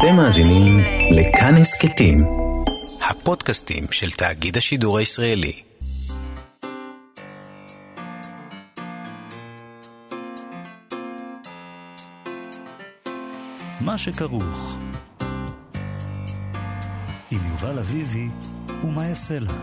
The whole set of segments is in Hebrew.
אתם מאזינים לכאן הסכתים, הפודקאסטים של תאגיד השידור הישראלי. מה שכרוך עם יובל אביבי ומה יעשה לה.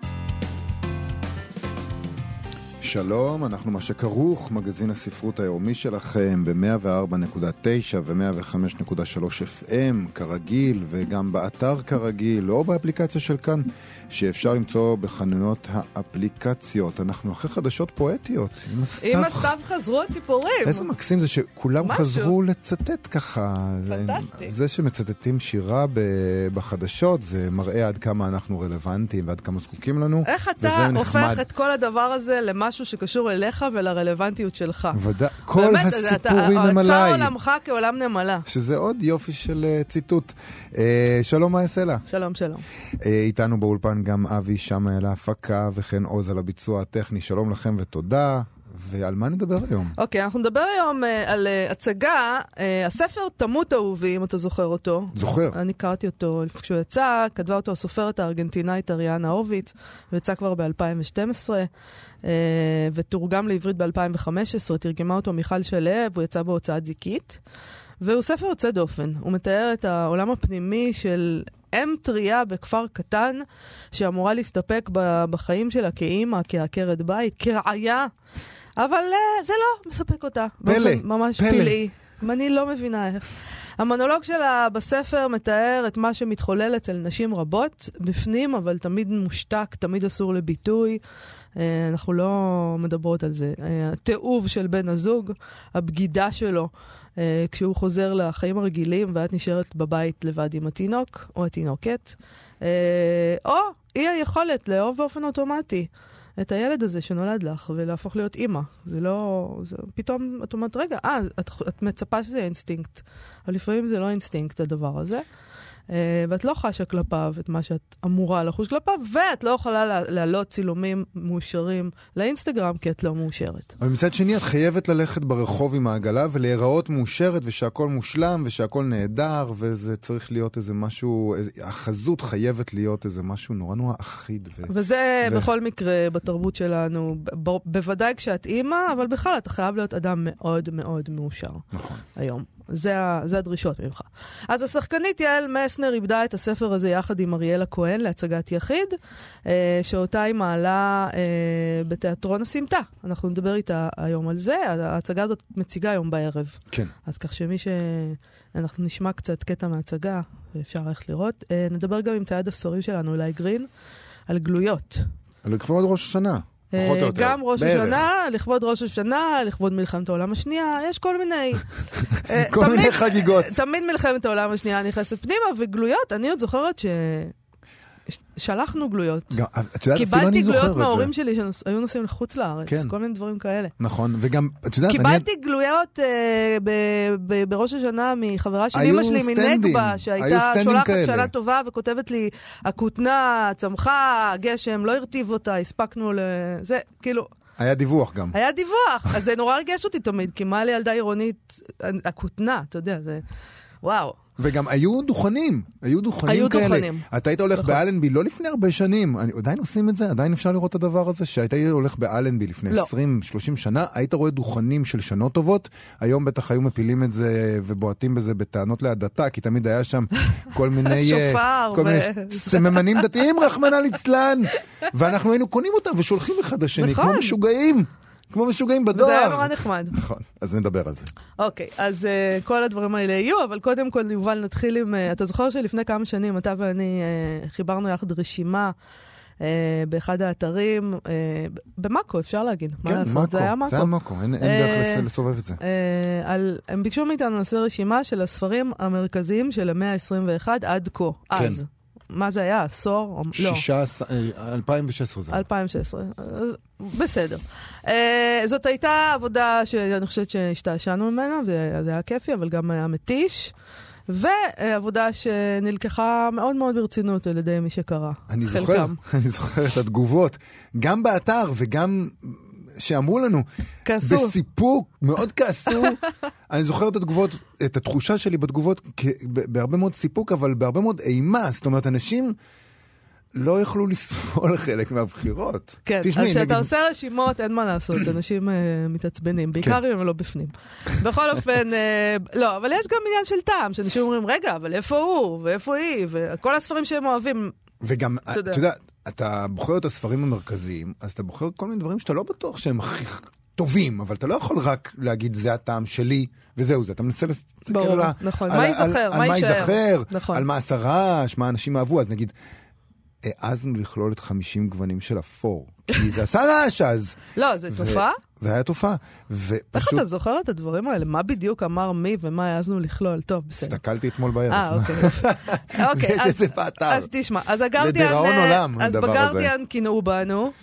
שלום, אנחנו מה שכרוך, מגזין הספרות היומי שלכם ב-104.9 ו-105.3 FM כרגיל, וגם באתר כרגיל או באפליקציה של כאן שאפשר למצוא בחנויות האפליקציות. אנחנו אחרי חדשות פואטיות. עם הסתיו חזרו הציפורים. איזה מקסים זה שכולם חזרו לצטט ככה. פנטסטי. זה שמצטטים שירה בחדשות, זה מראה עד כמה אנחנו רלוונטיים ועד כמה זקוקים לנו. איך אתה הופך את כל הדבר הזה למשהו שקשור אליך ולרלוונטיות שלך? ודאי. כל הסיפורים הם עליי. הרצה עולמך כעולם נמלה. שזה עוד יופי של ציטוט. שלום, מה יעשה לה? שלום, שלום. איתנו באולפן גם אבי שמה על ההפקה וכן עוז על הביצוע הטכני. שלום לכם ותודה. ועל מה נדבר היום? אוקיי, אנחנו נדבר היום על הצגה, הספר תמות אהובי, אם אתה זוכר אותו. זוכר. אני קראתי אותו כשהוא יצא, כתבה אותו הסופרת הארגנטינאית אריאנה הורוביץ, ויצא כבר ב-2012, ותורגם לעברית ב-2015, תרגמה אותו מיכל שלו, הוא יצא בהוצאת זיקית, והוא ספר יוצא דופן. הוא מתאר את העולם הפנימי של אם טריה בכפר קטן, שאמורה להסתפק בחיים שלה כאימא, כעקרת בית, כרעיה, אבל זה לא מספק אותה. פלא. ממש פלאי. אני לא מבינה איך. המונולוג שלה בספר מתאר את מה שמתחולל אצל נשים רבות, בפנים, אבל תמיד מושתק, תמיד אסור לביטוי. אנחנו לא מדברות על זה. התיעוב של בן הזוג, הבגידה שלו, כשהוא חוזר לחיים הרגילים, ואת נשארת בבית לבד עם התינוק, או התינוקת, או אי היכולת לאהוב באופן אוטומטי את הילד הזה שנולד לך, ולהפוך להיות אימא. זה לא... פתאום את אומרת, רגע, את מצפה שזה אינסטינקט, אבל לפעמים זה לא אינסטינקט הדבר הזה, ואת לא חשה כלפיו את מה שאת אמורה לחוש כלפיו, ואת לא יכולה להעלות צילומים מאושרים לאינסטגרם, כי את לא מאושרת. אבל מצד שני, את חייבת ללכת ברחוב עם העגלה, ולהיראות מאושרת, ושהכל מושלם, ושהכל נהדר, וזה צריך להיות איזה משהו, החזות חייבת להיות איזה משהו נורא נורא אחיד. וזה בכל מקרה בתרבות שלנו, בוודאי כשאת אימא, אבל בכלל אתה חייב להיות אדם מאוד מאוד מאושר. נכון. היום. זה הדרישות ממך. אז השחקנית יעל מסנר איבדה את הספר הזה יחד עם אריאלה כהן להצגת יחיד, שאותה היא מעלה בתיאטרון הסמטה. אנחנו נדבר איתה היום על זה. ההצגה הזאת מציגה היום בערב. כן. אז כך אנחנו נשמע קצת קטע מההצגה, ואפשר ללכת לראות. נדבר גם עם צייד הספרים שלנו, אולי גרין, על גלויות. על לכבוד ראש השנה. גם ראש השנה, לכבוד ראש השנה, לכבוד מלחמת העולם השנייה, יש כל מיני... כל מיני חגיגות. תמיד מלחמת העולם השנייה נכנסת פנימה, וגלויות, אני עוד זוכרת שלחנו גלויות. קיבלתי גלויות מההורים שלי שהיו נוסעים לחוץ לארץ, כל מיני דברים כאלה. נכון, וגם, את יודעת, קיבלתי גלויות בראש השנה מחברה של אמא שלי מנגבה, שהייתה שולחת שנה טובה וכותבת לי, הכותנה, צמחה, גשם, לא הרטיב אותה, הספקנו לזה, כאילו... היה דיווח גם. היה דיווח, אז זה נורא רגש אותי תמיד, כי מה לי ילדה עירונית, הכותנה, אתה יודע, זה... וואו. וגם היו דוכנים כאלה. אתה היית הולך באלנבי לא לפני הרבה שנים, עדיין עושים את זה? עדיין אפשר לראות את הדבר הזה? שהיית הולך באלנבי לפני 20-30 שנה, היית רואה דוכנים של שנות טובות, היום בטח היו מפילים את זה ובועטים בזה בטענות להדתה, כי תמיד היה שם כל מיני סממנים דתיים, רחמנא ליצלן, ואנחנו היינו קונים אותם ושולחים אחד השני, כמו משוגעים בדואר. זה היה נורא נחמד. נכון, אז נדבר על זה. אוקיי, אז כל הדברים האלה יהיו, אבל קודם כל, יובל, נתחיל עם... אתה זוכר שלפני כמה שנים אתה ואני חיברנו יחד רשימה באחד האתרים, במאקו, אפשר להגיד. כן, מאקו. זה היה מאקו, אין דרך לסובב את זה. הם ביקשו מאיתנו לעשות רשימה של הספרים המרכזיים של המאה ה-21 עד כה. אז. מה זה היה? עשור? לא. 2016 זה. 2016. בסדר. זאת הייתה עבודה שאני חושבת שהשתעשענו ממנה, וזה היה כיפי, אבל גם היה מתיש. ועבודה שנלקחה מאוד מאוד ברצינות על ידי מי שקרא. אני זוכר את התגובות. גם באתר וגם שאמרו לנו, בסיפוק, מאוד כעסו. אני זוכר את התגובות, את התחושה שלי בתגובות, בהרבה מאוד סיפוק, אבל בהרבה מאוד אימה. זאת אומרת, אנשים לא יכלו לסבול חלק מהבחירות. כן, אז כשאתה עושה רשימות, אין מה לעשות, אנשים מתעצבנים, בעיקר אם הם לא בפנים. בכל אופן, לא, אבל יש גם עניין של טעם, שאנשים אומרים, רגע, אבל איפה הוא, ואיפה היא, וכל הספרים שהם אוהבים. וגם, אתה יודע, אתה בוחר את הספרים המרכזיים, אז אתה בוחר כל מיני דברים שאתה לא בטוח שהם הכי טובים, אבל אתה לא יכול רק להגיד, זה הטעם שלי, וזהו זה. אתה מנסה להסתכל מה ייזכר, על מה השרש, מה אנשים אהבו, אז נגיד, העזנו לכלול את 50 גוונים של אפור, כי זה עשה רעש אז. לא, זה תופעה? והיה תופעה. איך אתה זוכר את הדברים האלה? מה בדיוק אמר מי ומה העזנו לכלול? טוב, בסדר. הסתכלתי אתמול בערב. אוקיי. יש איזה באתר. אז תשמע, אז לדיראון עולם, אז בגרדיאן כינאו בנו,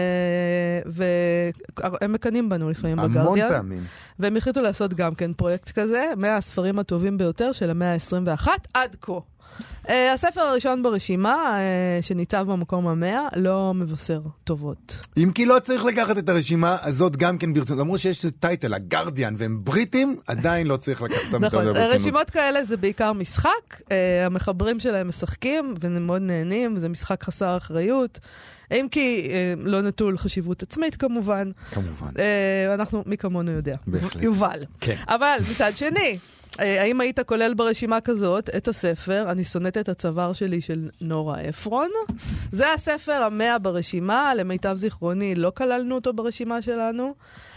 והם מקנים בנו לפעמים בגרדיאן. המון פעמים. והם החליטו לעשות גם כן פרויקט כזה, 100 הספרים הטובים ביותר של המאה ה-21 עד כה. הספר הראשון ברשימה, שניצב במקום ה-100, לא מבשר טובות. אם כי לא צריך לקחת את הרשימה הזאת גם כן ברצינות. למרות שיש איזה טייטל, הגרדיאן, והם בריטים, עדיין לא צריך לקחת אותם יותר ברצינות. רשימות כאלה זה בעיקר משחק, המחברים שלהם משחקים, והם מאוד נהנים, זה משחק חסר אחריות. אם כי לא נטול חשיבות עצמית כמובן. כמובן. אנחנו, מי כמונו יודע. בהחלט. יובל. כן. אבל מצד שני, האם היית כולל ברשימה כזאת את הספר, אני שונאת את הצוואר שלי של נורה אפרון? זה הספר 100 ברשימה, למיטב זיכרוני לא כללנו אותו ברשימה שלנו.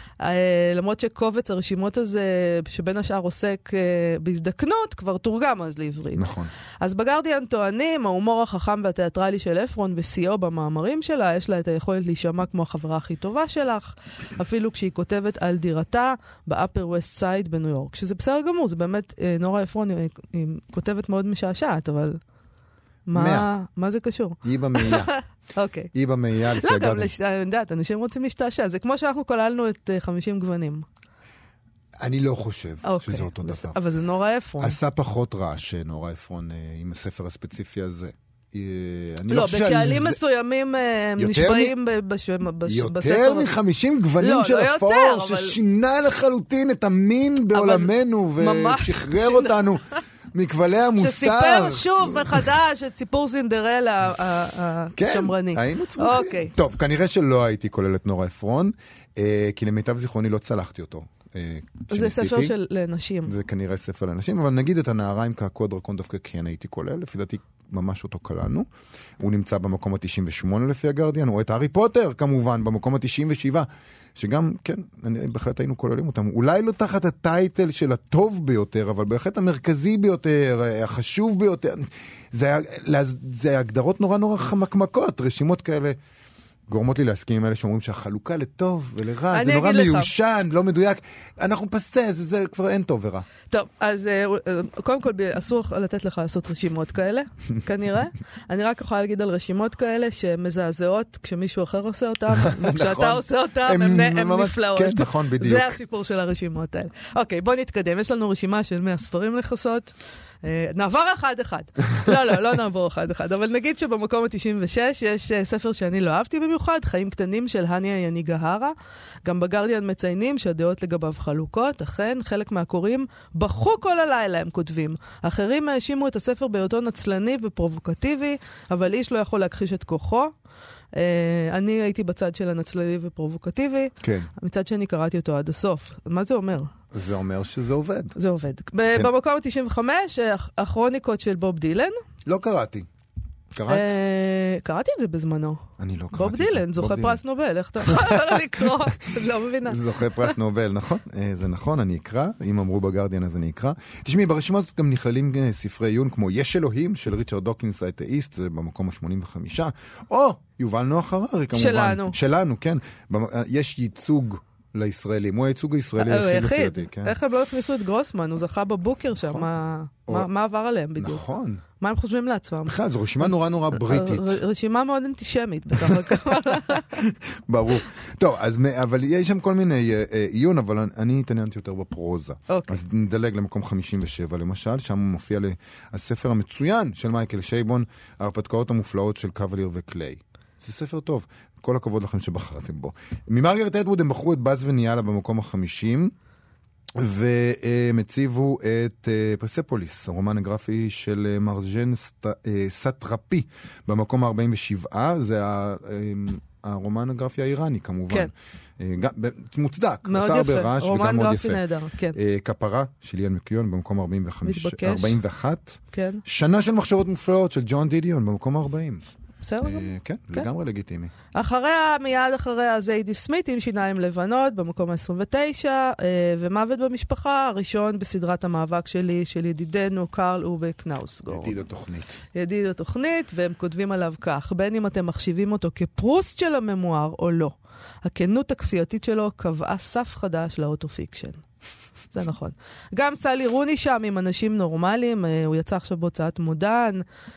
למרות שקובץ הרשימות הזה, שבין השאר עוסק בהזדקנות, כבר תורגם אז לעברית. נכון. אז בגרדיאן טוענים, ההומור החכם והתיאטרלי של אפרון ושיאו במאמרים שלה, יש לה את היכולת להישמע כמו החברה הכי טובה שלך, אפילו כשהיא כותבת על דירתה באפר ווסט סייד בניו יורק. שזה בסדר גמור, זה באמת, נורה אפרון היא כותבת מאוד משעשעת, אבל מה זה קשור? היא במאייה. אוקיי. היא במאייה לפי הגרדיאן. לא, גם אני יודעת, אנשים רוצים להשתעשע. זה כמו שאנחנו כוללנו את 50 גוונים. אני לא חושב שזה אותו דבר. אבל זה נורה אפרון. עשה פחות רעש נורה אפרון עם הספר הספציפי הזה. לא, בקהלים מסוימים נשבעים בספר. יותר מ-50 גוונים של אפור, ששינה לחלוטין את המין בעולמנו, ושחרר אותנו מכבלי המוסר. שסיפר שוב מחדש את סיפור סינדרלה השמרני. כן, היינו צריכים. טוב, כנראה שלא הייתי כולל את נורה אפרון, כי למיטב זיכרוני לא צלחתי אותו. זה ספר של לנשים. זה כנראה ספר לנשים, אבל נגיד את הנערה עם קעקוע דרקון דווקא כן הייתי כולל, לפי דעתי ממש אותו כללנו. הוא נמצא במקום ה-98 לפי הגרדיאן, או את הארי פוטר כמובן, במקום ה-97, שגם, כן, בהחלט היינו כוללים אותם. אולי לא תחת הטייטל של הטוב ביותר, אבל בהחלט המרכזי ביותר, החשוב ביותר. זה הגדרות נורא נורא חמקמקות, רשימות כאלה. גורמות לי להסכים עם אלה שאומרים שהחלוקה לטוב ולרע, זה נורא מיושן, לא מדויק. אנחנו פסה, זה כבר אין טוב ורע. טוב, אז קודם כל אסור לתת לך לעשות רשימות כאלה, כנראה. אני רק יכולה להגיד על רשימות כאלה שמזעזעות כשמישהו אחר עושה אותם, וכשאתה עושה אותם, הם נפלאות. כן, נכון, בדיוק. זה הסיפור של הרשימות האלה. אוקיי, בוא נתקדם. יש לנו רשימה של 100 ספרים לחסות. נעבור אחד-אחד. לא נעבור אחד-אחד. אבל נגיד שבמקום ה-96 יש ספר שאני לא אהבתי במיוחד, חיים קטנים של הניה יניגהרה. גם בגרדיאן מציינים שהדעות לגביו חלוקות. אכן, חלק מהקוראים בכו כל הלילה, הם כותבים. אחרים האשימו את הספר בהיותו נצלני ופרובוקטיבי, אבל איש לא יכול להכחיש את כוחו. אני הייתי בצד של הנצלני ופרובוקטיבי. כן. מצד שני קראתי אותו עד הסוף. מה זה אומר? זה אומר שזה עובד. זה עובד. במקום ה-95, הכרוניקות של בוב דילן. לא קראתי. קראת? קראתי את זה בזמנו. אני לא קראתי את זה. בוב דילן, זוכה פרס נובל. איך אתה יכול לקרוא? לא מבינה. זוכה פרס נובל, נכון. זה נכון, אני אקרא. אם אמרו בגרדיאן, אז אני אקרא. תשמעי, ברשימות גם נכללים ספרי עיון כמו יש אלוהים של ריצ'רד דוקינס האתאיסט, זה במקום ה-85. או יובל נוח הררי, כמובן. שלנו, כן. יש ייצוג לישראלים. הוא הייצוג הישראלי היחיד. איך הם לא הכניסו את גרוסמן? הוא זכה בבוקר שם. מה עבר עליהם בדיוק? נכון. מה הם חושבים לעצמם? בכלל, זו רשימה נורא נורא בריטית. רשימה מאוד אנטישמית בתוך הכל. ברור. טוב, אבל יש שם כל מיני עיון, אבל אני התעניינתי יותר בפרוזה. אז נדלג למקום 57, למשל, שם מופיע הספר המצוין של מייקל שייבון, ההרפתקאות המופלאות של קבליר וקליי. זה ספר טוב. כל הכבוד לכם שבחרתם בו. ממרגרט אטווד הם בחרו את באז וניאלה במקום ה-50, והם הציבו את פרספוליס, הרומן הגרפי של מרג'ן סטרפי, במקום ה-47, זה הרומן הגרפי האיראני כמובן. כן. מוצדק, מאוד יפה, רומן גרפי נהדר, כן. כפרה של איאן מקיון במקום 41. כן. שנה של מחשבות מופלאות של ג'ון דידיון במקום ה-40. בסדר? כן, לגמרי לגיטימי. אחריה, מיד אחריה, זיידי סמית עם שיניים לבנות במקום ה-29, ומוות במשפחה, הראשון בסדרת המאבק שלי, של ידידנו קרל אובה קנאוסגור. ידיד התוכנית. ידיד התוכנית, והם כותבים עליו כך, בין אם אתם מחשיבים אותו כפרוסט של הממואר או לא. הכנות הכפייתית שלו קבעה סף חדש לאוטופיקשן. זה נכון. גם סלי רוני שם עם אנשים נורמליים, הוא יצא עכשיו בהוצאת מודן,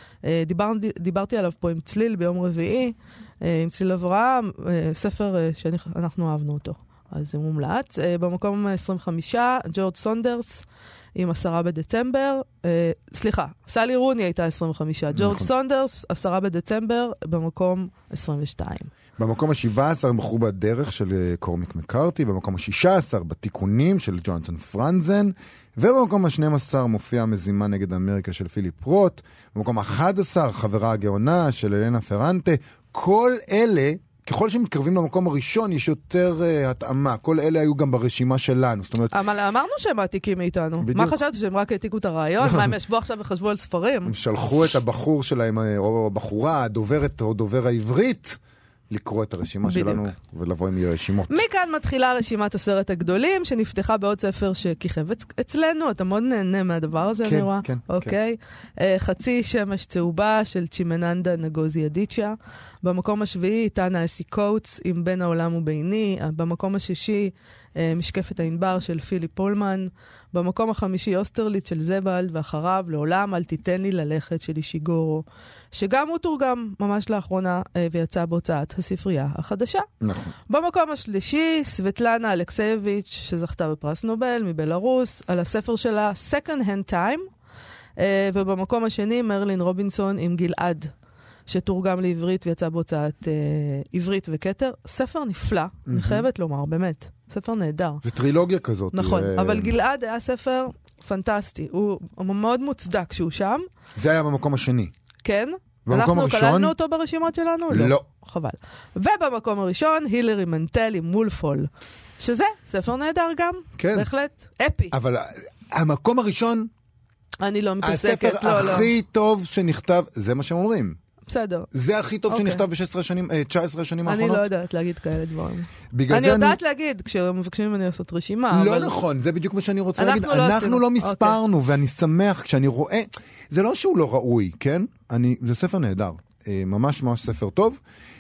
דיברתי עליו פה עם צליל ביום רביעי, עם צליל אברהם, ספר שאנחנו אהבנו אותו, אז זה מומלץ. במקום 25, ג'ורג' סונדרס עם 10 בדצמבר, סליחה, סלי רוני הייתה 25, ג'ורג' סונדרס, 10 בדצמבר, במקום 22. במקום ה-17 הם בחרו בדרך של קורמיק מקארתי, במקום ה-16 בתיקונים של ג'ונתן פרנזן, ובמקום ה-12 מופיע מזימה נגד אמריקה של פיליפ רוט, במקום ה-11 חברה הגאונה של אלנה פרנטה. כל אלה, ככל שמתקרבים למקום הראשון, יש יותר התאמה. כל אלה היו גם ברשימה שלנו. זאת אומרת... אבל אמרנו שהם מעתיקים מאיתנו. בדיוק. מה חשבת? שהם רק העתיקו את הרעיון? מה, הם ישבו עכשיו וחשבו על ספרים? הם שלחו את הבחור שלהם, או הבחורה, הדוברת או דובר העברית, לקרוא את הרשימה שלנו ולבוא עם רשימות. מכאן מתחילה רשימת 10 הגדולים, שנפתחה בעוד ספר שכיכב אצלנו. אתה מאוד נהנה מהדבר הזה, אני רואה. כן, אוקיי. חצי שמש צהובה של צ'ימננדה נגוזי אדיצ'ה. במקום השביעי, טאנה אסי קוטס עם בין העולם וביני. במקום השישי, משקפת הענבר של פיליפ פולמן. במקום החמישי, אוסטרליץ של זבלד, ואחריו, לעולם אל תיתן לי ללכת של אישיגורו, שגם הוא תורגם ממש לאחרונה ויצא בהוצאת הספרייה החדשה. נכון. במקום השלישי, סבטלנה אלכסייביץ', שזכתה בפרס נובל מבלרוס, על הספר שלה Second Hand Time, ובמקום השני, מרלין רובינסון עם גלעד, שתורגם לעברית ויצא בהוצאת עברית וכתר. ספר נפלא, אני חייבת לומר, באמת. ספר נהדר. זה טרילוגיה כזאת. נכון, אבל גלעד היה ספר פנטסטי. הוא מאוד מוצדק שהוא שם. זה היה במקום השני. כן. במקום אנחנו הראשון? כללנו אותו ברשימות שלנו? לא. חבל. ובמקום הראשון, הילרי מנטל עם וולפול. שזה ספר נהדר גם. כן. בהחלט. אפי. אבל המקום הראשון... אני לא מתעסקת. הספר הכי טוב שנכתב, זה מה שהם אומרים. בסדר. זה הכי טוב שנכתב ב-19 שנים האחרונות? אני לא יודעת להגיד כאלה דברים. אני יודעת להגיד, כשמבקשים ממני לעשות רשימה. לא נכון, זה בדיוק מה שאני רוצה להגיד. אנחנו לא מספרנו, ואני שמח כשאני רואה... זה לא שהוא לא ראוי, כן? זה ספר נהדר. ממש ממש ספר טוב.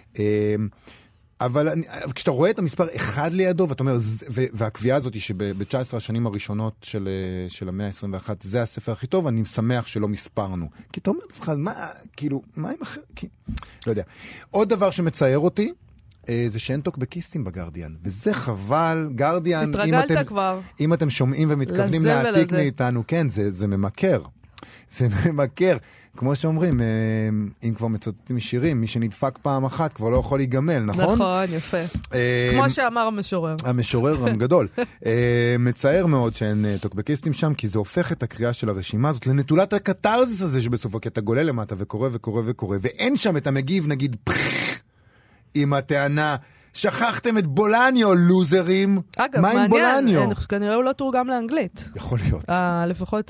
אבל כשאתה רואה את המספר אחד לידו, ואתה אומר, והקביעה הזאת היא שב-19 השנים הראשונות של המאה ה-21, זה הספר הכי טוב, אני שמח שלא מספרנו. כי אתה אומר לעצמך, מה עם אחר? לא יודע. עוד דבר שמצער אותי, זה שאין טוקבקיסטים בגרדיאן, וזה חבל. גרדיאן, אם אתם שומעים ומתכוונים להעתיק מאיתנו, כן, זה ממכר. זה ממכר. כמו שאומרים, אם כבר מצוטטים משירים, מי שנדפק פעם אחת כבר לא יכול להיגמל, נכון? נכון, יפה. כמו שאמר המשורר. המשורר הגדול. מצער מאוד שאין טוקבקיסטים שם, כי זה הופך את הקריאה של הרשימה הזאת לנטולת הקטרזיס הזה שבסופו, כי אתה גולה למטה וקורא וקורא וקורא, ואין שם את המגיב, נגיד, עם הטענה, שכחתם את בולניו, לוזרים. אגב, מעניין, כנראה הוא לא תורגם לאנגלית. יכול להיות. לפחות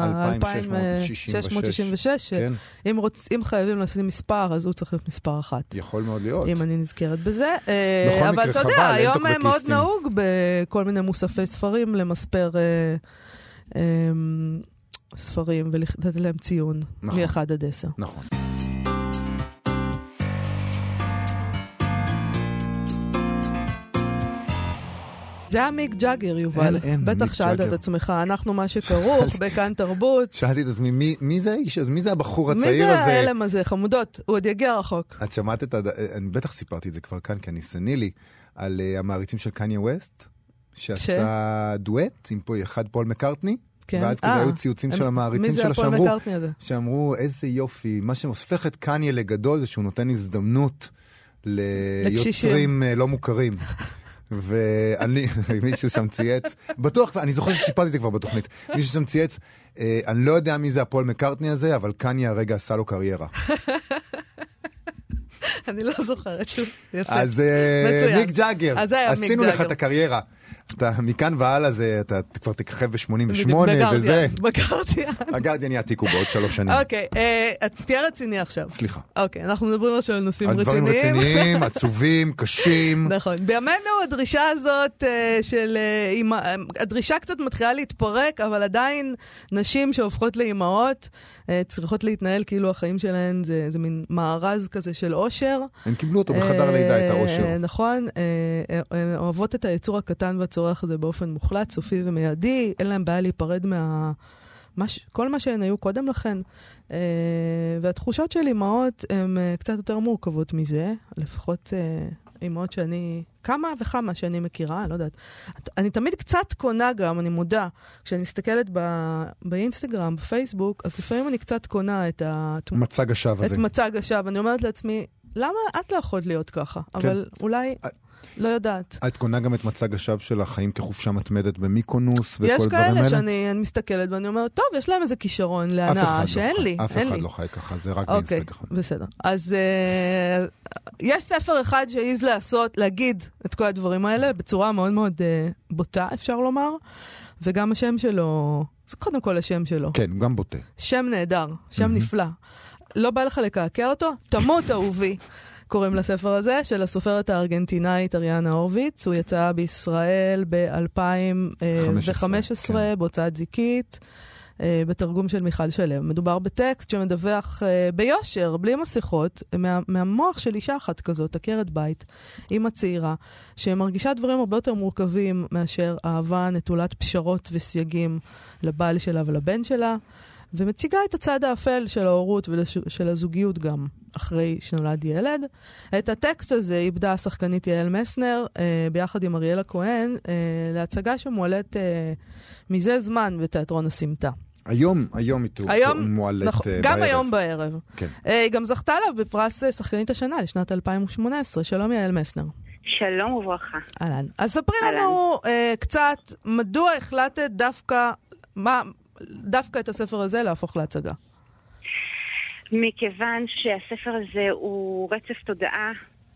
2666. אם חייבים לשים מספר, אז הוא צריך להיות מספר 1. יכול מאוד להיות. אם אני נזכרת בזה. אבל אתה יודע, היום מאוד נהוג בכל מיני מוספי ספרים למספר ספרים, ולתת להם ציון מ-1 עד 10. נכון. זה היה מיק ג'אגר, יובל. בטח שאלת את עצמך, אנחנו מה שכרוך, בכאן תרבות. שאלתי את עצמי, מי זה האיש? אז מי זה הבחור הצעיר הזה? מי זה האלם הזה? חמודות, הוא עוד יגיע רחוק. את שמעת את אני בטח סיפרתי את זה כבר כאן, כי אני סנילי, על המעריצים של קניה ווסט, שעשה דואט עם אחד פול מקארטני, ואז כזה היו ציוצים של המעריצים שלו שאמרו, איזה יופי, מה שמוספך את קניה לגדול זה שהוא נותן הזדמנות ליוצרים לא מוכרים. ואני, מישהו שם צייץ, בטוח, אני זוכר שסיפרתי את זה כבר בתוכנית, מישהו שם צייץ, אני לא יודע מי זה הפול מקרטני הזה, אבל קניה הרגע עשה לו קריירה. אני לא זוכרת שוב. אז מיק ג'אגר, עשינו לך את הקריירה. מכאן והלאה אתה כבר תככב ב-88 וזה. בגרדיאן. הגרדיאן יעתיקו בעוד 3 שנים. אוקיי, תהיה רציני עכשיו. סליחה. אוקיי, אנחנו מדברים עכשיו על נושאים רציניים. דברים רציניים, עצובים, קשים. נכון. בימינו הדרישה הזאת הדרישה קצת מתחילה להתפרק, אבל עדיין נשים שהופכות לאימהות צריכות להתנהל כאילו החיים שלהן זה מין מארז כזה של אושר. הם קיבלו אותו בחדר לידה את האושר. נכון. אוהבות את היצור הקטן והצורך הזה באופן מוחלט, סופי ומיידי. אין להם בעיה להיפרד כל מה שהן היו קודם לכן. והתחושות של אימהות הן קצת יותר מורכבות מזה. לפחות אימהות כמה וכמה שאני מכירה, אני לא יודעת. אני תמיד קצת קונה גם, אני מודה, כשאני מסתכלת באינסטגרם, בפייסבוק, אז לפעמים אני קצת קונה את מצג השווא הזה. את מצג השווא. אני אומרת לעצמי, למה את לא יכולת להיות ככה? אבל אולי לא יודעת. את קונה גם את מצג השווא של החיים כחופשה מתמדת במיקונוס וכל דברים האלה? יש כאלה שאני מסתכלת ואני אומרת, טוב, יש להם איזה כישרון להנאה שאין לי. אף אחד לא חי ככה, זה רק באינסטגרם. אוקיי, בסדר. אז יש ספר אחד שהעיז להגיד את כל הדברים האלה בצורה מאוד מאוד בוטה, אפשר לומר, וגם השם שלו, זה קודם כל השם שלו. כן, גם בוטה. שם נהדר, שם נפלא. לא בא לך לקעקע אותו? תמות אהובי. קוראים לספר הזה, של הסופרת הארגנטינאית אריאנה הורוביץ. הוא יצא בישראל ב-2015, בהוצאת זיקית, בתרגום של מיכל שלם. מדובר בטקסט שמדווח ביושר, בלי מסכות, מהמוח של אישה אחת כזאת, עקרת בית, אמא צעירה, שמרגישה דברים הרבה יותר מורכבים מאשר אהבה נטולת פשרות וסייגים לבעל שלה ולבן שלה, ומציגה את הצד האפל של ההורות ושל הזוגיות גם, אחרי שנולד ילד. את הטקסט הזה איבדה השחקנית יעל מסנר, ביחד עם אריאלה כהן, להצגה שמועלת מזה זמן בתיאטרון הסמטה. היום היא מועלת נכון, בערב. גם היום בערב. כן. היא גם זכתה לה בפרס שחקנית השנה לשנת 2018. שלום יעל מסנר. שלום וברכה. אהלן. אז ספרי לנו קצת, מדוע החלטת דווקא את הספר הזה להפוך להצגה? מכיוון שהספר הזה הוא רצף תודעה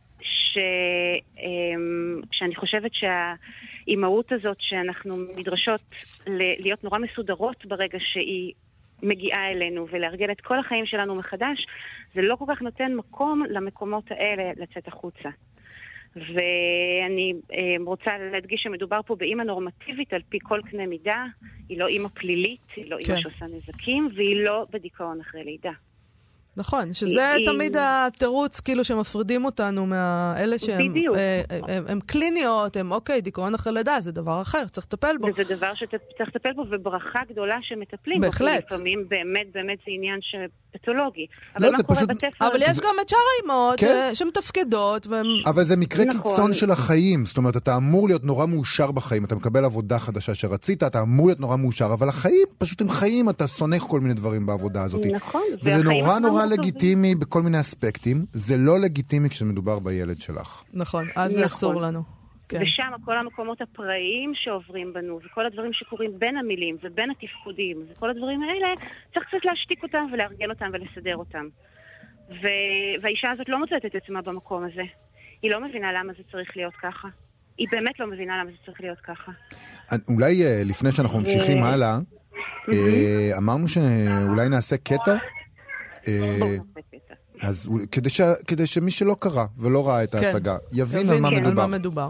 שאני חושבת שהאימהות הזאת שאנחנו נדרשות להיות נורא מסודרות ברגע שהיא מגיעה אלינו ולהרגל את כל החיים שלנו מחדש, זה לא כל כך נותן מקום למקומות האלה לצאת החוצה. ואני רוצה להדגיש שמדובר פה באמא נורמטיבית על פי כל קנה מידה. היא לא אמא פלילית, היא לא אמא שעושה נזקים, והיא לא בדיכאון אחרי לידה. נכון, שזה תמיד התירוץ כאילו שמפרידים אותנו מאלה שהם קליניות, הם אוקיי, דיכאון אחרי לידה, זה דבר אחר, צריך לטפל בו. וזה דבר שצריך לטפל בו, וברכה גדולה שמטפלים בו. בהחלט. לפעמים באמת זה עניין פתולוגי. אבל מה קורה בספר? אבל יש גם את שאר האימהות שמתפקדות. אבל זה מקרה קיצון של החיים, זאת אומרת, אתה אמור להיות נורא מאושר בחיים, אתה מקבל עבודה חדשה שרצית, אתה אמור להיות נורא מאושר, אבל החיים פשוט הם חיים, אתה סונך כל מיני דברים בעבודה הזאת. נכון. וזה נורא לגיטימי בכל מיני אספקטים, זה לא לגיטימי כשמדובר בילד שלך. נכון, אז זה אסור לנו. ושם כל המקומות הפראיים שעוברים בנו, וכל הדברים שקורים בין המילים ובין התפקודים, וכל הדברים האלה, צריך קצת להשתיק אותם ולארגן אותם ולסדר אותם. והאישה הזאת לא מוצאת את עצמה במקום הזה. היא לא מבינה למה זה צריך להיות ככה. היא באמת לא מבינה למה זה צריך להיות ככה. אולי לפני שאנחנו ממשיכים הלאה, אמרנו שאולי נעשה קטע? אז כדי שמי שלא קרא ולא ראה את ההצגה, יבין על מה מדובר.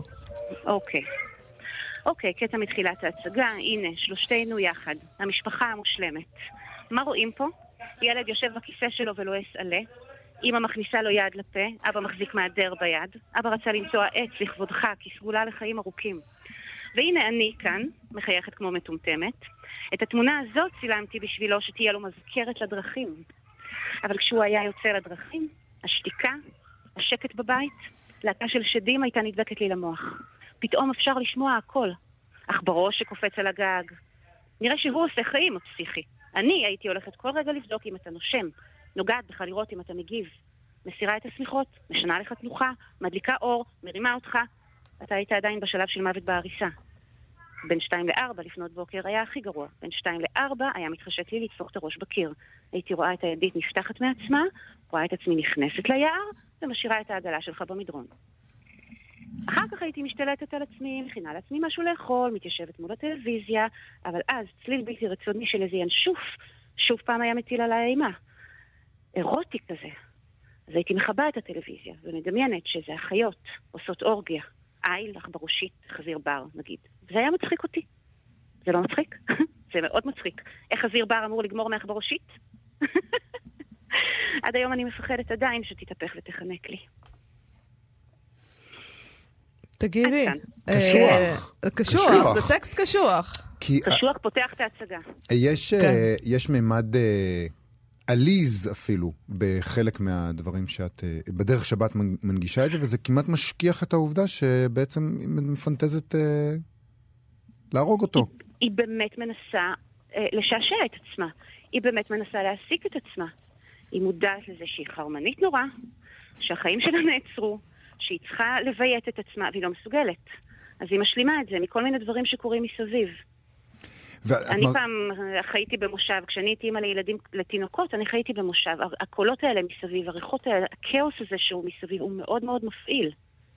אוקיי, קטע מתחילת ההצגה. הנה, שלושתנו יחד. המשפחה המושלמת. מה רואים פה? ילד יושב בכיסא שלו ולועס עלה. אמא מכניסה לו יד לפה, אבא מחזיק מעדר ביד. אבא רצה למצוא עץ לכבודך, כסגולה לחיים ארוכים. והנה אני כאן, מחייכת כמו מטומטמת. את התמונה הזאת צילמתי בשבילו שתהיה לו מזכרת לדרכים. אבל כשהוא היה יוצא לדרכים, השתיקה, השקט בבית, להקה של שדים הייתה נדבקת לי למוח. פתאום אפשר לשמוע הכל. אך בראש שקופץ על הגג. נראה שהוא עושה חיים, הפסיכי. אני הייתי הולכת כל רגע לבדוק אם אתה נושם, נוגעת בך לראות אם אתה מגיב. מסירה את הסמיכות, משנה לך תנוחה, מדליקה אור, מרימה אותך. אתה היית עדיין בשלב של מוות בעריסה. בין 2 ל-4 לפנות בוקר היה הכי גרוע. בין 2 ל-4 היה מתחשק לי לדפוק את הראש בקיר. הייתי רואה את הידית נפתחת מעצמה, רואה את עצמי נכנסת ליער, ומשאירה את העגלה שלך במדרון. אחר כך הייתי משתלטת על עצמי, מכינה לעצמי משהו לאכול, מתיישבת מול הטלוויזיה, אבל אז צליל בלתי רצוני של איזה ינשוף, שוב פעם היה מטיל עליי אימה. אירוטי כזה. אז הייתי מחבאה את הטלוויזיה, ומדמיינת שזה החיות עושות אורגיה. איל, עכברושית, חזיר בר, נגיד. זה היה מצחיק אותי. זה לא מצחיק? זה מאוד מצחיק. איך חזיר בר אמור לגמור מעכברושית? עד היום אני מפחדת עדיין שתתהפך ותחנק לי. תגידי. קשוח. זה טקסט קשוח. קשוח פותח את ההצגה. יש מימד עליז אפילו בחלק מהדברים שאת, בדרך שבה את מנגישה את זה, וזה כמעט משכיח את העובדה שבעצם היא מפנטזת להרוג אותו. היא באמת מנסה לשעשע את עצמה. היא באמת מנסה להסיק את עצמה. היא מודעת לזה שהיא חרמנית נורא, שהחיים שלה נעצרו, שהיא צריכה לביית את עצמה, והיא לא מסוגלת. אז היא משלימה את זה מכל מיני דברים שקורים מסביב. אני פעם חייתי במושב, כשאני הייתי אימא לילדים, לתינוקות, אני חייתי במושב. הקולות האלה מסביב, הריחות האלה, הכאוס הזה שהוא מסביב, הוא מאוד מאוד מפעיל.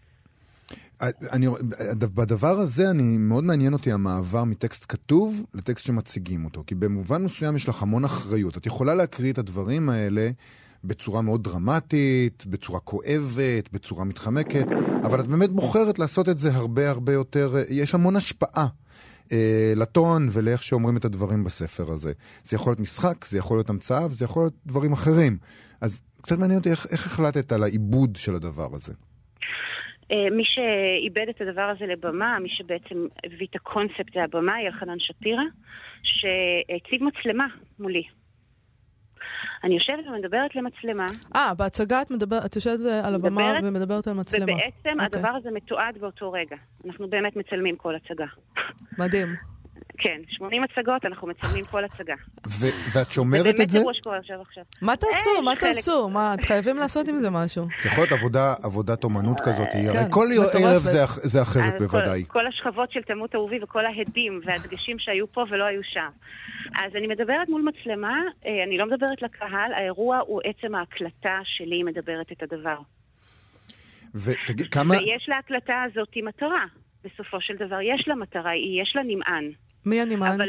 בדבר הזה מאוד מעניין אותי המעבר מטקסט כתוב לטקסט שמציגים אותו, כי במובן מסוים יש לך המון אחריות. את יכולה להקריא את הדברים האלה בצורה מאוד דרמטית, בצורה כואבת, בצורה מתחמקת, אבל את באמת בוחרת לעשות את זה הרבה הרבה יותר, יש המון השפעה לטון ולאיך שאומרים את הדברים בספר הזה. זה יכול להיות משחק, זה יכול להיות המצאה, וזה יכול להיות דברים אחרים. אז קצת מעניין אותי איך החלטת על העיבוד של הדבר הזה. מי שאיבד את הדבר הזה לבמה, מי שבעצם הביא את הקונספט זה הבמה, היא אלחנן שפירא, שהציב מצלמה מולי. אני יושבת ומדברת למצלמה. בהצגה את יושבת על הבמה ומדברת על מצלמה. ובעצם הדבר הזה מתועד באותו רגע. אנחנו באמת מצלמים כל הצגה. מדהים. כן, 80 הצגות, אנחנו מצלמים כל הצגה. ואת שומרת את זה? מה תעשו? מה, את חייבים לעשות עם זה משהו? זה יכול להיות עבודת אומנות כזאת. הרי כל ערב זה אחרת בוודאי. כל השכבות של תמות אהובי וכל ההדים והדגשים שהיו פה ולא היו שם. אז אני מדברת מול מצלמה, אני לא מדברת לקהל, האירוע הוא עצם ההקלטה שלי מדברת את הדבר. ויש להקלטה הזאת מטרה. בסופו של דבר יש לה מטרה, יש לה נמען. מי הנמען? אבל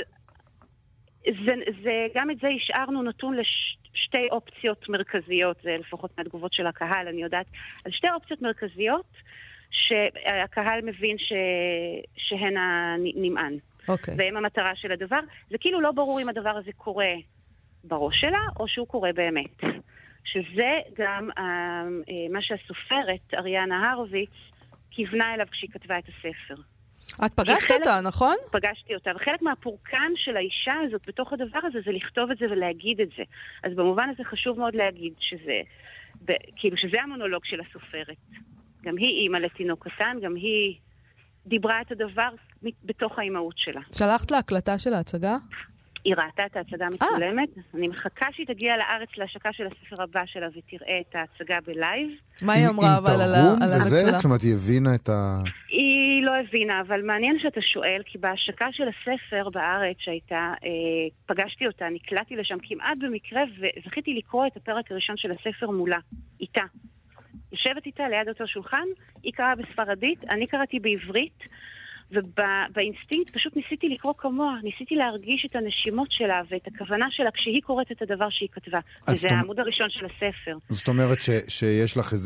גם את זה השארנו נתון לשתי אופציות מרכזיות, זה לפחות מהתגובות של הקהל, אני יודעת, על שתי אופציות מרכזיות שהקהל מבין שהן הנמען. והם המטרה של הדבר. זה כאילו לא ברור אם הדבר הזה קורה בראש שלה, או שהוא קורה באמת. שזה גם מה שהסופרת, אריאנה הרוביץ, כיוונה אליו כשהיא כתבה את הספר. את פגשת אותה, נכון? פגשתי אותה, וחלק מהפורקן של האישה הזאת בתוך הדבר הזה זה לכתוב את זה ולהגיד את זה. אז במובן הזה חשוב מאוד להגיד שזה המונולוג של הסופרת. גם היא אימא לתינוק קטן, גם היא דיברה את הדבר בתוך האימהות שלה. שלחת להקלטה של ההצגה? היא ראתה את ההצגה מצולמת. אני מחכה שהיא תגיע לארץ להשקה של הספר הבא שלה ותראה את ההצגה בלייב. מה היא אמרה אבל על המצלמה? זאת אומרת, היא הבינה את ה... היא לא הבינה, אבל מעניין שאתה שואל, כי בהשקה של הספר בארץ שהייתה, פגשתי אותה, נקלעתי לשם כמעט במקרה, וזכיתי לקרוא את הפרק הראשון של הספר מולה, איתה. יושבת איתה ליד אותו שולחן, היא קראה בספרדית, אני קראתי בעברית, ובאינסטינקט פשוט ניסיתי לקרוא כמוה, ניסיתי להרגיש את הנשימות שלה ואת הכוונה שלה כשהיא קוראת את הדבר שהיא כתבה. וזה העמוד הראשון של הספר. זאת אומרת שיש לך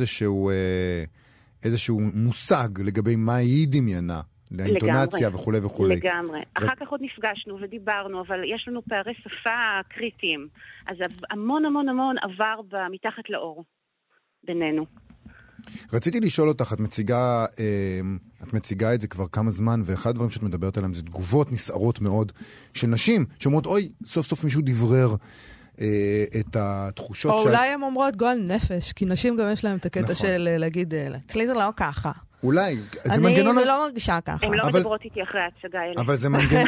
איזשהו מושג לגבי מה היא דמיינה, לאינטונציה וכו' וכו'. לגמרי. אחר כך עוד נפגשנו ודיברנו, אבל יש לנו פערי שפה קריטיים. אז המון המון המון עבר מתחת לאור בינינו. רציתי לשאול אותך, את מציגה את זה כבר כמה זמן, ואחד הדברים שאת מדברת עליהם זה תגובות נסערות מאוד של נשים, שאומרות, אוי, סוף סוף מישהו דברר את התחושות או אולי הן אומרות גועל נפש, כי נשים גם יש להם את הקטע של להגיד, אצלי זה לא ככה. אולי, זה מנגנון... אני לא מרגישה ככה. הן לא מדברות איתי אחרי ההצגה האלה. אבל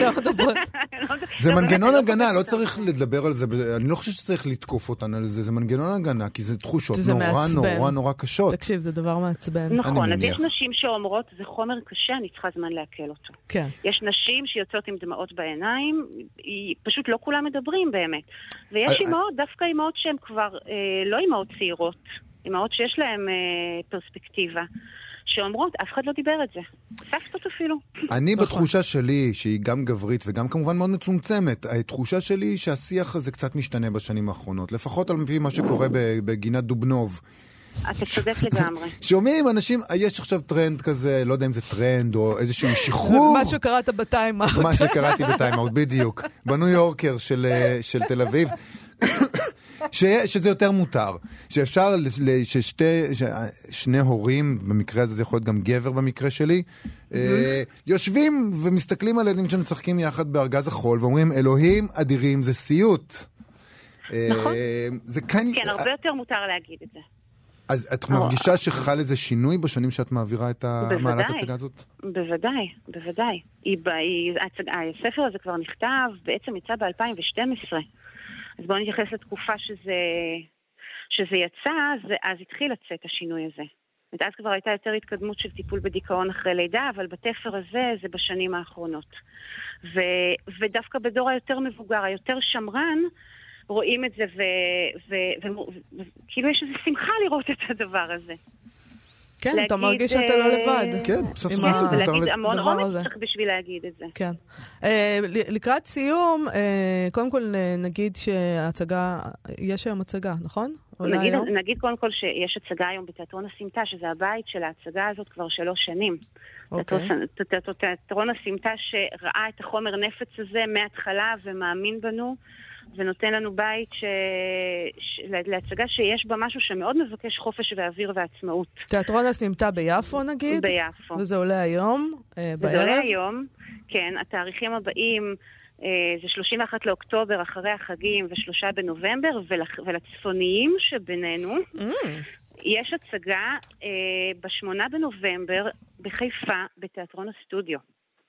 זה מנגנון הגנה, לא צריך לדבר על זה, אני לא חושב שצריך לתקוף אותן על זה, זה מנגנון הגנה, כי זה תחושות נורא קשות. תקשיב, זה דבר מעצבן. נכון, אז יש נשים שאומרות, זה חומר קשה, אני צריכה זמן להקל אותו. כן. יש נשים שיוצאות עם דמעות בעיניים, פשוט לא כולם מדברים באמת. ויש אימהות, דווקא אימהות שהן כבר לא אימהות צעירות, אימהות שיש להן פרספקטיבה. שאומרות, אף אחד לא דיבר את זה. סבתות אפילו. אני בתחושה שלי, שהיא גם גברית וגם כמובן מאוד מצומצמת, התחושה שלי היא שהשיח הזה קצת משתנה בשנים האחרונות, לפחות על פי מה שקורה בגינת דובנוב. אתה צודק לגמרי. שומעים אנשים, יש עכשיו טרנד כזה, לא יודע אם זה טרנד או איזשהו שחרור. מה שקראת בטיימאוט. מה שקראתי בטיימאוט, בדיוק. בניו יורקר של תל אביב. שזה יותר מותר, שאפשר ששני הורים, במקרה הזה זה יכול להיות גם גבר במקרה שלי, יושבים ומסתכלים על ילדים שמשחקים יחד בארגז החול ואומרים, אלוהים אדירים, זה סיוט. נכון. כן, הרבה יותר מותר להגיד את זה. אז את מרגישה שחל איזה שינוי בשנים שאת מעבירה את המעלת הצגה הזאת? בוודאי. הספר הזה כבר נכתב, בעצם יצא ב-2012. אז בואו נתייחס לתקופה שזה יצא, אז התחיל לצאת השינוי הזה. אז כבר הייתה יותר התקדמות של טיפול בדיכאון אחרי לידה, אבל בתפר הזה זה בשנים האחרונות. ודווקא בדור היותר מבוגר, היותר שמרן, רואים את זה, וכאילו יש איזו שמחה לראות את הדבר הזה. כן, אתה מרגיש שאתה לא לבד. כן, בסוף זה להגיד המון אומץ צריך בשביל להגיד את זה. כן. לקראת סיום, קודם כל נגיד שההצגה, יש היום הצגה, נכון? נגיד קודם כל שיש הצגה היום בתיאטרון הסמטה, שזה הבית של ההצגה הזאת כבר 3 שנים. תיאטרון הסמטה שראה את החומר נפץ הזה מההתחלה ומאמין בנו, ונותן לנו בית להצגה שיש בה משהו שמאוד מבקש חופש ואוויר ועצמאות. תיאטרון הסמטה ביפו נגיד? ביפו. וזה עולה היום בערב? וזה עולה היום, כן. התאריכים הבאים זה 31 לאוקטובר אחרי החגים ו3 בנובמבר, ולצפוניים שבינינו יש הצגה ב8 בנובמבר בחיפה בתיאטרון הסטודיו.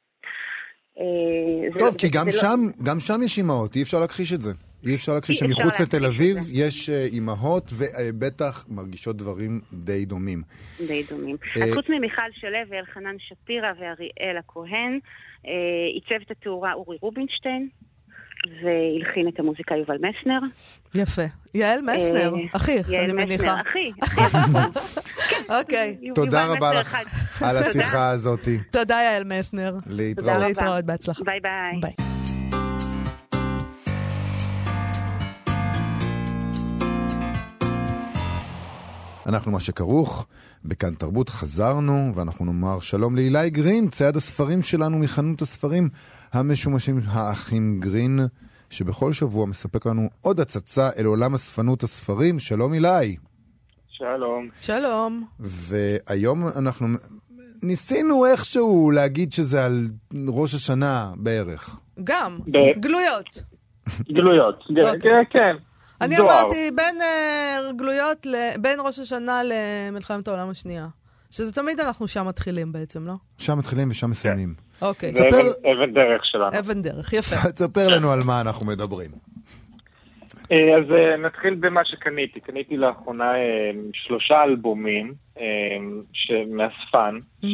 טוב, כי גם שם יש אימהות, אי אפשר להכחיש את זה. אי אפשר להכחיש שמחוץ לתל אביב יש אימהות ובטח מרגישות דברים די דומים. די דומים. אז חוץ ממיכל שלו ואלחנן שפירה ואריאל הכהן, עיצב את התאורה אורי רובינשטיין, והלחין את המוזיקה יובל מסנר. יפה. יעל מסנר, אחיך, אני מניחה. יעל מסנר, אחי. אוקיי. תודה רבה לך על השיחה הזאת. תודה יעל מסנר. להתראות, בהצלחה. ביי ביי. אנחנו מה שכרוך, בכאן תרבות חזרנו, ואנחנו נאמר שלום לאילי גרין, צייד הספרים שלנו מחנות הספרים המשומשים האחים גרין, שבכל שבוע מספק לנו עוד הצצה אל עולם הספנות הספרים. שלום אילי. שלום. שלום. והיום אנחנו ניסינו איכשהו להגיד שזה על ראש השנה בערך. גם, גלויות. גלויות, כן. אני אמרתי בין ראש השנה למלחמת העולם השנייה. שזה תמיד אנחנו שם מתחילים בעצם, לא? שם מתחילים ושם מסיימים. אוקיי. זה אבן דרך שלנו. אבן דרך, יפה. תספר לנו על מה אנחנו מדברים. אז נתחיל במה שקניתי. קניתי לאחרונה 3 אלבומים מהספן,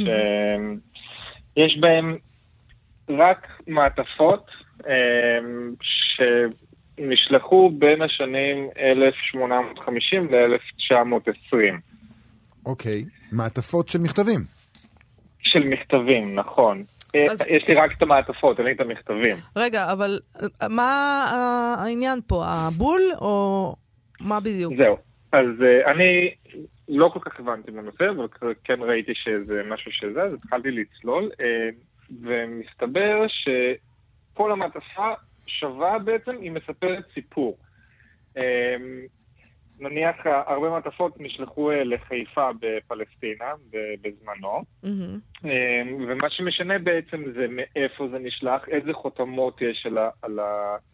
שיש בהם רק מעטפות שנשלחו בין השנים 1850 ל-1920. אוקיי, מעטפות של מכתבים. של מכתבים, נכון. יש לי רק את המעטפות, אין לי את המכתבים. רגע, אבל מה העניין פה? הבול או מה בדיוק? זהו. אז אני לא כל כך הבנתי בנושא, אבל כן ראיתי שזה משהו שזה, אז התחלתי לצלול, ומסתבר שכל המעטפה שווה בעצם, היא מספרת סיפור. נניח הרבה מעטפות נשלחו לחיפה בפלסטינה בזמנו, ומה שמשנה בעצם זה מאיפה זה נשלח, איזה חותמות יש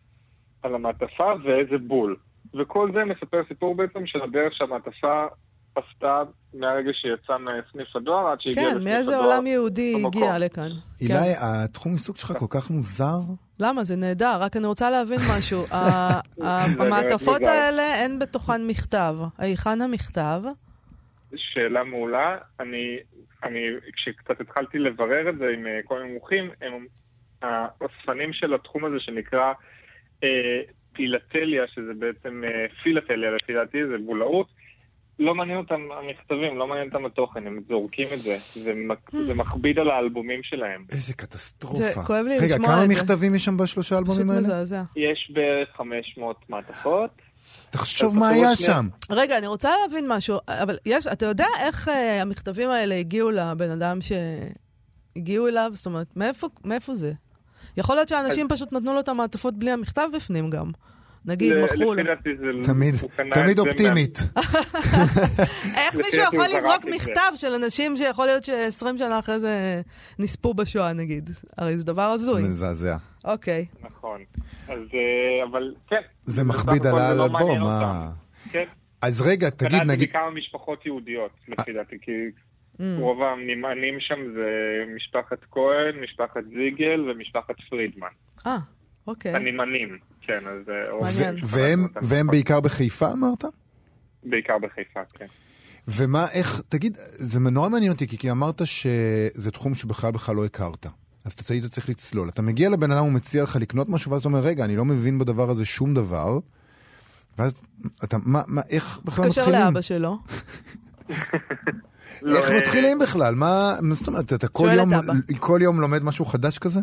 על המעטפה ואיזה בול. וכל זה מספר סיפור בעצם של הדרך שהמעטפה עשתה מהרגע שיצא מסניף הדואר עד שהגיע לסניף הדואר. כן, מאיזה עולם יהודי הגיע לכאן. אילי, התחום עיסוק שלך כל כך מוזר. למה? זה נהדר, רק אני רוצה להבין משהו. המעטפות האלה אין בתוכן מכתב. היכן המכתב? שאלה מעולה. אני כשקצת התחלתי לברר את זה עם כל מיני מומחים, הם האוספנים של התחום הזה שנקרא פילטליה, שזה בעצם פילטליה לפי דעתי, זה בולאות. לא מעניין אותם המכתבים, לא מעניין אותם התוכן, הם זורקים את זה. זה מכביד על האלבומים שלהם. איזה קטסטרופה. זה כואב לי לשמוע רגע, את כמה זה. מכתבים יש שם בשלושה האלבומים האלה? מזעזע. יש בערך 500 מעטפות. תחשוב מה היה שם. רגע, אני רוצה להבין משהו, אבל אתה יודע איך המכתבים האלה הגיעו לבן אדם שהגיעו אליו? זאת אומרת, מאיפה זה? יכול להיות שאנשים פשוט נתנו לו את המעטפות בלי המכתב בפנים גם. נגיד, מכרו לו. תמיד אופטימית. איך מישהו יכול לזרוק מכתב של אנשים שיכול להיות ש20 שנה אחרי זה נספו בשואה, נגיד? הרי זה דבר הזוי. מזעזע. אוקיי. נכון. אבל כן. זה מכביד על האלבום. כן. אז רגע, תגיד, נגיד... כמה משפחות יהודיות, לפי דעתי, כי רוב הנמענים שם זה משפחת כהן, משפחת זיגל ומשפחת פרידמן. אוקיי. הנמענים, כן, אז... והם בעיקר בחיפה, אמרת? בעיקר בחיפה, כן. ומה, איך, תגיד, זה נורא מעניין אותי, כי אמרת שזה תחום שבכלל לא הכרת. אז אתה צריך לצלול. אתה מגיע לבן אדם, הוא מציע לך לקנות משהו, ואז אתה אומר, רגע, אני לא מבין בדבר הזה שום דבר. ואז אתה, איך בכלל מתחילים? קשר לאבא שלו. איך מתחילים בכלל? מה זאת אומרת, אתה כל יום לומד משהו חדש כזה?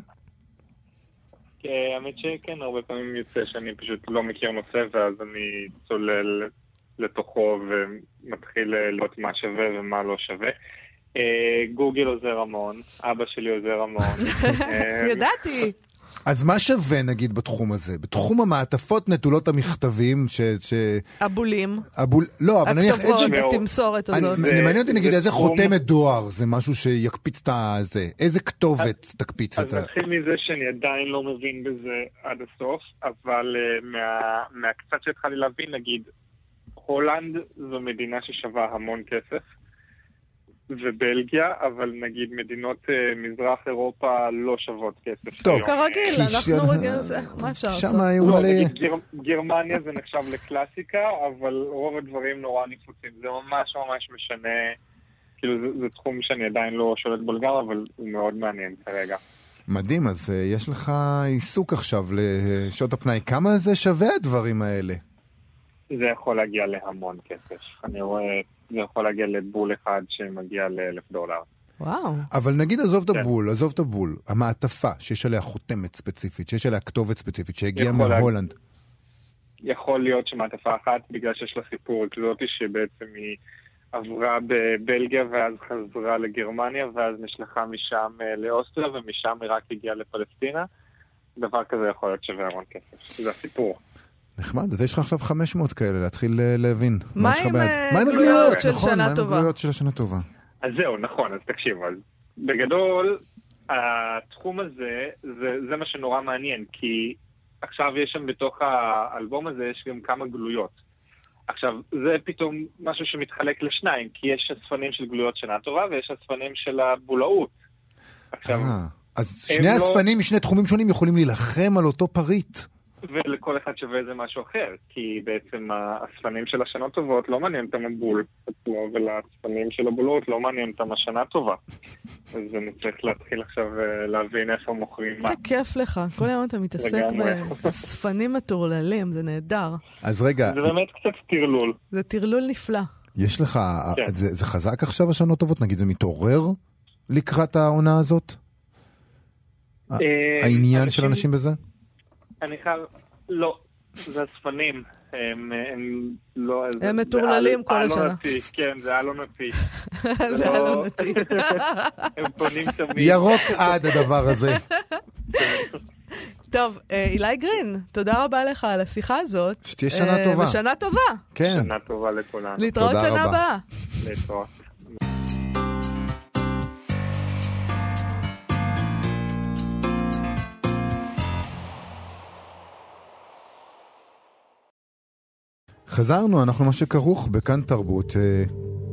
האמת שכן, הרבה פעמים יוצא שאני פשוט לא מכיר נושא, ואז אני צולל לתוכו ומתחיל לראות מה שווה ומה לא שווה. גוגל עוזר המון, אבא שלי עוזר המון. ידעתי. אז מה שווה נגיד בתחום הזה? בתחום המעטפות נטולות המכתבים הבולים. לא, אבל נניח איזה... הכתובות, התמסורת הזאת. אני מעניין אותי נגיד איזה חותמת דואר, זה משהו שיקפיץ את זה. איזה כתובת תקפיץ את אז נתחיל מזה שאני עדיין לא מבין בזה עד הסוף, אבל מהקצת שהתחלתי להבין, נגיד, הולנד זו מדינה ששווה המון כסף. ובלגיה, אבל נגיד מדינות מזרח אירופה לא שוות כסף. טוב, כרגיל, אנחנו רגע, מה אפשר לעשות? לא, נגיד גרמניה זה נחשב לקלאסיקה, אבל רוב הדברים נורא נפוצים. זה ממש ממש משנה, כאילו זה תחום שאני עדיין לא שולט בו לגמרי, אבל הוא מאוד מעניין כרגע. מדהים, אז יש לך עיסוק עכשיו לשעות הפנאי. כמה זה שווה הדברים האלה? זה יכול להגיע להמון כסף. אני רואה... זה יכול להגיע לבול אחד שמגיע ל$1,000. וואו. אבל נגיד עזוב את הבול, המעטפה שיש עליה חותמת ספציפית, שיש עליה כתובת ספציפית, שהגיעה מהולנד. יכול להיות שמעטפה אחת, בגלל שיש לה סיפור כזאת, שבעצם היא עברה בבלגיה ואז חזרה לגרמניה, ואז נשלחה משם לאוסטריה, ומשם היא רק הגיעה לפלסטינה. דבר כזה יכול להיות שווה המון כסף. זה הסיפור. נחמד, אז יש לך עכשיו 500 כאלה, להתחיל להבין. מה עם גלויות של שנה טובה? מה עם גלויות של שנה טובה? אז זהו, נכון, אז תקשיבו. אז בגדול, התחום הזה, זה מה שנורא מעניין, כי עכשיו יש שם בתוך האלבום הזה, יש גם כמה גלויות. עכשיו, זה פתאום משהו שמתחלק לשניים, כי יש אספנים של גלויות שנה טובה, ויש אספנים של הבולאות. עכשיו... אז שני אספנים משני תחומים שונים יכולים להילחם על אותו פריט. ולכל אחד שווה איזה משהו אחר, כי בעצם האספנים של השנה טובות לא מעניין אותם הבול, ולאספנים של הבולות לא מעניין אותם השנה טובה. אז אני צריך להתחיל עכשיו להבין איפה מוכרים מה. זה כיף לך, כל היום אתה מתעסק באספנים מטורללים, זה נהדר. אז רגע... זה באמת קצת תרלול. זה תרלול נפלא. יש לך, זה חזק עכשיו השנה טובות? נגיד זה מתעורר לקראת העונה הזאת? העניין של אנשים בזה? אני חייב, לא, זה הספנים, הם מטורללים כל השנה. כן, זה אלונתי. זה אלונתי. הם פונים תמיד. ירוק עד הדבר הזה. טוב, אילי גרין, תודה רבה לך על השיחה הזאת. שתהיה שנה טובה. ושנה טובה. כן. שנה טובה לכולנו. להתראות שנה הבאה. להתראות. חזרנו, אנחנו מה שכרוך בכאן תרבות.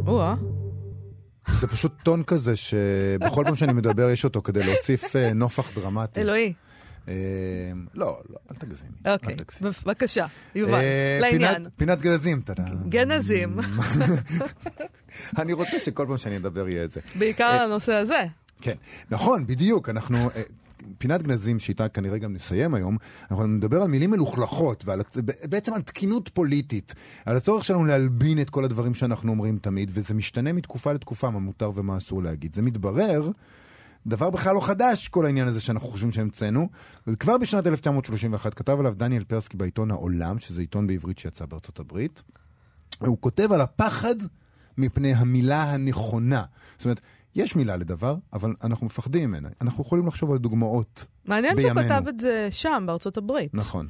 זה פשוט טון כזה שבכל פעם שאני מדבר יש אותו כדי להוסיף נופח דרמטי. אלוהי. לא, אל תגזימי. אוקיי, בבקשה, יובל, לעניין. פינת גנזים, תודה. גנזים. אני רוצה שכל פעם שאני אדבר יהיה את זה. בעיקר על הנושא הזה. כן, נכון, בדיוק. אנחנו, פינת גנזים שאיתה כנראה גם נסיים היום, אנחנו נדבר על מילים מלוכלכות, ובעצם על תקינות פוליטית, על הצורך שלנו להלבין את כל הדברים שאנחנו אומרים תמיד, וזה משתנה מתקופה לתקופה, מה מותר ומה אסור להגיד. זה מתברר, דבר בכלל לא חדש, כל העניין הזה שאנחנו חושבים שהמצאנו, וכבר בשנת 1931 כתב עליו דניאל פרסקי בעיתון העולם, שזה עיתון בעברית שיצא בארצות הברית, הוא כותב על הפחד מפני המילה הנכונה. זאת אומרת, יש מילה לדבר, אבל אנחנו מפחדים ממנה. אנחנו יכולים לחשוב על דוגמאות מעניין שהוא כתב את זה שם, בארצות הברית. נכון.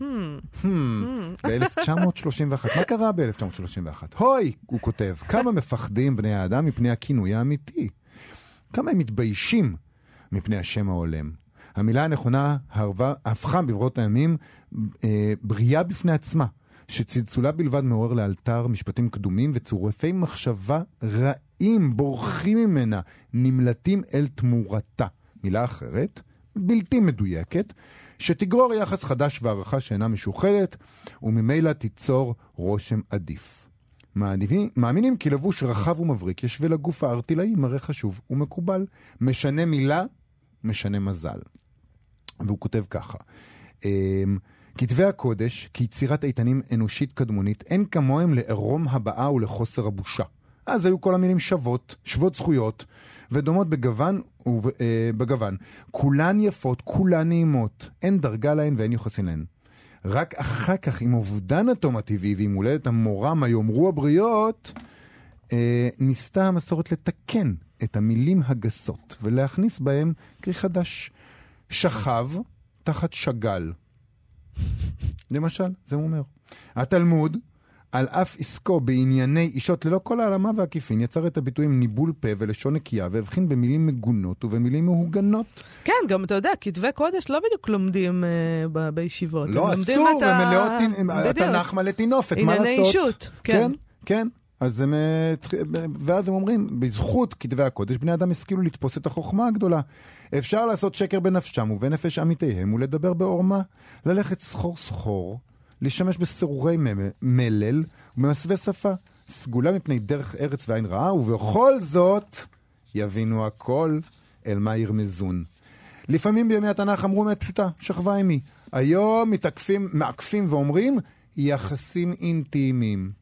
ב-1931. מה קרה ב-1931? הוי, הוא כותב, כמה מפחדים בני האדם מפני הכינוי האמיתי. כמה הם מתביישים מפני השם העולם. המילה הנכונה הפכה בברות הימים בריאה בפני עצמה, שצלצולה בלבד מעורר לאלתר משפטים קדומים וצורפי מחשבה רעים בורחים ממנה, נמלטים אל תמורתה. מילה אחרת, בלתי מדויקת, שתגרור יחס חדש וערכה שאינה משוחדת, וממילא תיצור רושם עדיף. מאמינים כי לבוש רחב ומבריק ישווה לגוף הארטילאי מראה חשוב ומקובל. משנה מילה, משנה מזל. והוא כותב ככה, כתבי הקודש, כיצירת איתנים אנושית קדמונית, אין כמוהם לערום הבאה ולחוסר הבושה. אז היו כל המילים שוות זכויות, ודומות בגוון. כולן יפות, כולן נעימות. אין דרגה להן ואין יוחסין להן. רק אחר כך, עם אובדן התום הטבעי ועם הולדת המורם היאמרו הבריות, ניסתה המסורת לתקן את המילים הגסות, ולהכניס בהם קרי חדש. שכב תחת שגל. למשל, זה הוא אומר. התלמוד, על אף עסקו בענייני אישות ללא כל העלמה והקיפין, יצר את הביטויים ניבול פה ולשון נקייה, והבחין במילים מגונות ובמילים מהוגנות. כן, גם אתה יודע, כתבי קודש לא בדיוק לומדים בישיבות. לא, אסור, ומלאות התנ"ך מלא תינופת, מה לעשות? ענייני אישות, כן. כן. ואז הם אומרים, בזכות כתבי הקודש, בני אדם השכילו לתפוס את החוכמה הגדולה. אפשר לעשות שקר בנפשם ובנפש עמיתיהם, ולדבר בעורמה, ללכת סחור, לשמש בסירורי מלל, ובמסווה שפה, סגולה מפני דרך ארץ ועין רעה, ובכל זאת יבינו הכל אל מה ירמזון. לפעמים בימי התנ"ך אמרו באמת פשוטה, שכבה עמי. היום מעקפים ואומרים, יחסים אינטימיים.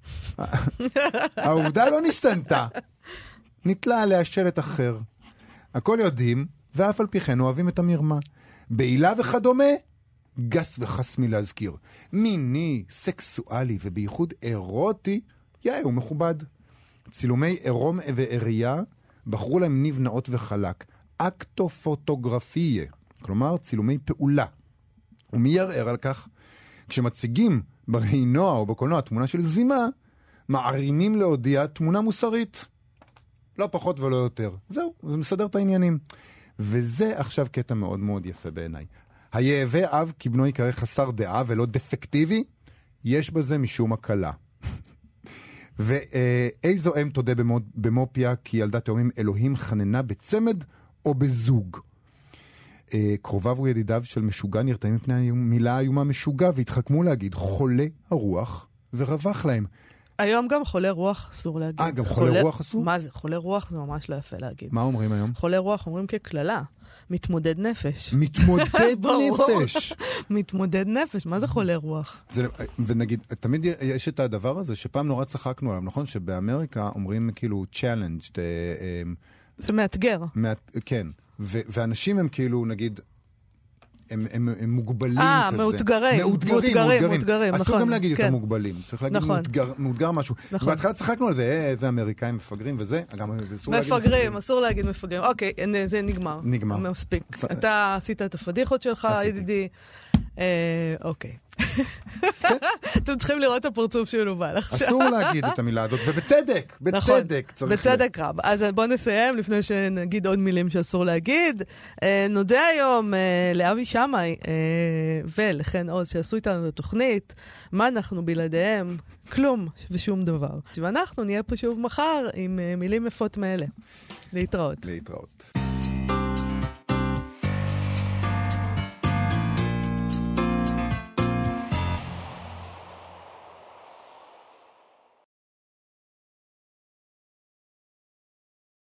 העובדה לא נשתנתה. נתלה עליה שלט אחר. הכל יודעים, ואף על פי כן אוהבים את המרמה. בעילה וכדומה, גס וחס מלהזכיר. מיני, סקסואלי ובייחוד אירוטי, הוא מכובד. צילומי עירום ועירייה בחרו להם ניב נאות וחלק. אקטופוטוגרפיה, כלומר צילומי פעולה. ומי ירער על כך? כשמציגים ברעינוע או בקולנוע תמונה של זימה, מערימים להודיע תמונה מוסרית. לא פחות ולא יותר. זהו, זה מסדר את העניינים. וזה עכשיו קטע מאוד מאוד יפה בעיניי. היהווה אב כי בנו יקרא חסר דעה ולא דפקטיבי, יש בזה משום הקלה. ואיזו אם תודה במופיה כי ילדה תאומים אלוהים חננה בצמד או בזוג. קרוביו וידידיו של משוגע נרתעים מפני מילה איומה משוגע והתחכמו להגיד חולה הרוח ורווח להם. היום גם חולה רוח אסור להגיד. גם חולה רוח אסור? מה זה? חולה רוח זה ממש לא יפה להגיד. מה אומרים היום? חולה רוח אומרים ככללה. מתמודד נפש. מתמודד נפש. מתמודד נפש, מה זה חולה רוח? ונגיד, תמיד יש את הדבר הזה שפעם נורא צחקנו עליו, נכון? שבאמריקה אומרים כאילו challenged. זה מאתגר. כן. ואנשים הם כאילו, נגיד, הם מוגבלים כזה. מאותגרים. אסור גם להגיד יותר מוגבלים. צריך להגיד מאותגר משהו. בהתחלה צחקנו על זה, איזה אמריקאים מפגרים וזה. מפגרים, אסור להגיד מפגרים. אוקיי, זה נגמר. נגמר. מספיק. אתה עשית את הפדיחות שלך, ידידי. אוקיי. אתם צריכים לראות את הפרצוף של יובל עכשיו. אסור להגיד את המילה הזאת, ובצדק, בצדק. בצדק רב. אז בואו נסיים לפני שנגיד עוד מילים שאסור להגיד. נודה היום לאבי שמאי ולכן עוז שעשו איתנו את התוכנית. מה אנחנו בלעדיהם? כלום ושום דבר. ואנחנו נהיה פה שוב מחר עם מילים יפות מאלה. להתראות. להתראות.